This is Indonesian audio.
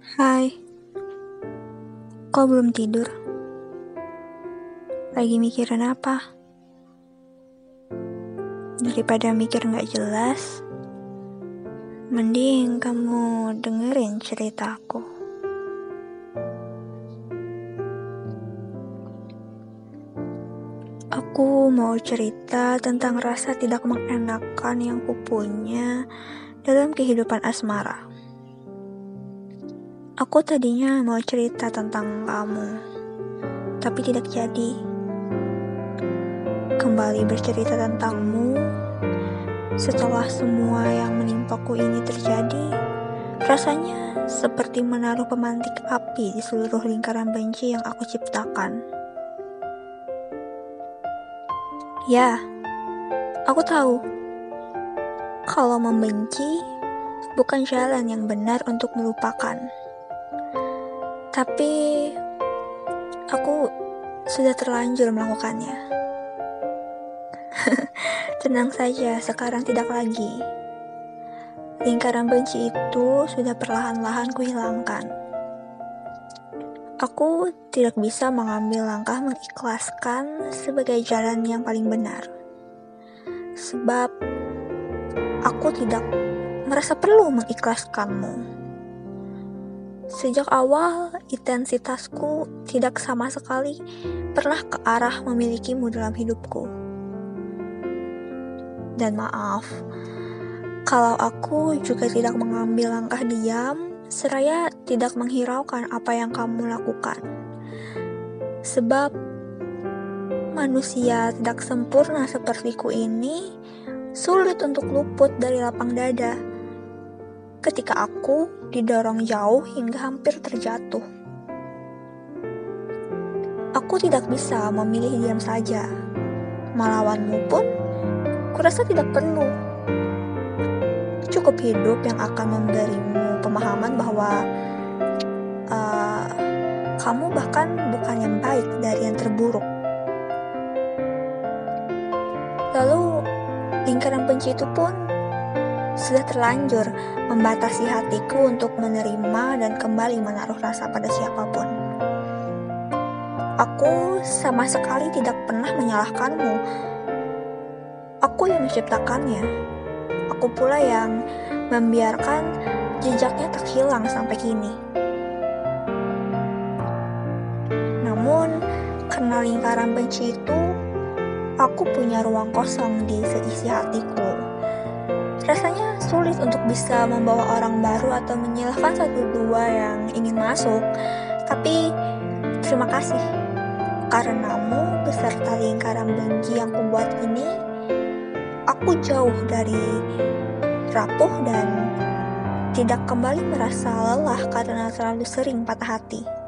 Hai, kok belum tidur? Lagi mikirin apa? Daripada mikir gak jelas, mending kamu dengerin ceritaku. Aku mau cerita tentang rasa tidak mengenakan yang kupunya dalam kehidupan asmara. Aku tadinya mau cerita tentang kamu, tapi tidak jadi. Kembali bercerita tentangmu setelah semua yang menimpaku ini terjadi, rasanya seperti menaruh pemantik api di seluruh lingkaran benci yang aku ciptakan. Ya, aku tahu kalau membenci bukan jalan yang benar untuk melupakan. Tapi aku sudah terlanjur melakukannya. Tenang saja, sekarang tidak lagi. Lingkaran benci itu sudah perlahan-lahan kuhilangkan. Aku tidak bisa mengambil langkah mengikhlaskan sebagai jalan yang paling benar. Sebab aku tidak merasa perlu mengikhlaskanmu. Sejak awal, intensitasku tidak sama sekali pernah ke arah memilikimu dalam hidupku. Dan maaf, kalau aku juga tidak mengambil langkah diam, seraya tidak menghiraukan apa yang kamu lakukan. Sebab manusia tidak sempurna sepertiku ini sulit untuk luput dari lapang dada ketika aku didorong jauh hingga hampir terjatuh. Aku tidak bisa memilih diam saja. Melawanmu pun kurasa tidak perlu. Cukup hidup yang akan memberimu pemahaman bahwa kamu bahkan bukan yang baik dari yang terburuk. Lalu lingkaran benci itu pun sudah terlanjur membatasi hatiku untuk menerima dan kembali menaruh rasa pada siapapun. Aku sama sekali tidak pernah menyalahkanmu. Aku yang menciptakannya. Aku pula yang membiarkan jejaknya tak hilang sampai kini. Namun, karena lingkaran benci itu, aku punya ruang kosong di seisi hatiku. Rasanya sulit untuk bisa membawa orang baru atau menyilahkan satu dua yang ingin masuk. Tapi, terima kasih. Karenamu beserta lingkaran benci yang kubuat ini, aku jauh dari rapuh dan tidak kembali merasa lelah karena terlalu sering patah hati.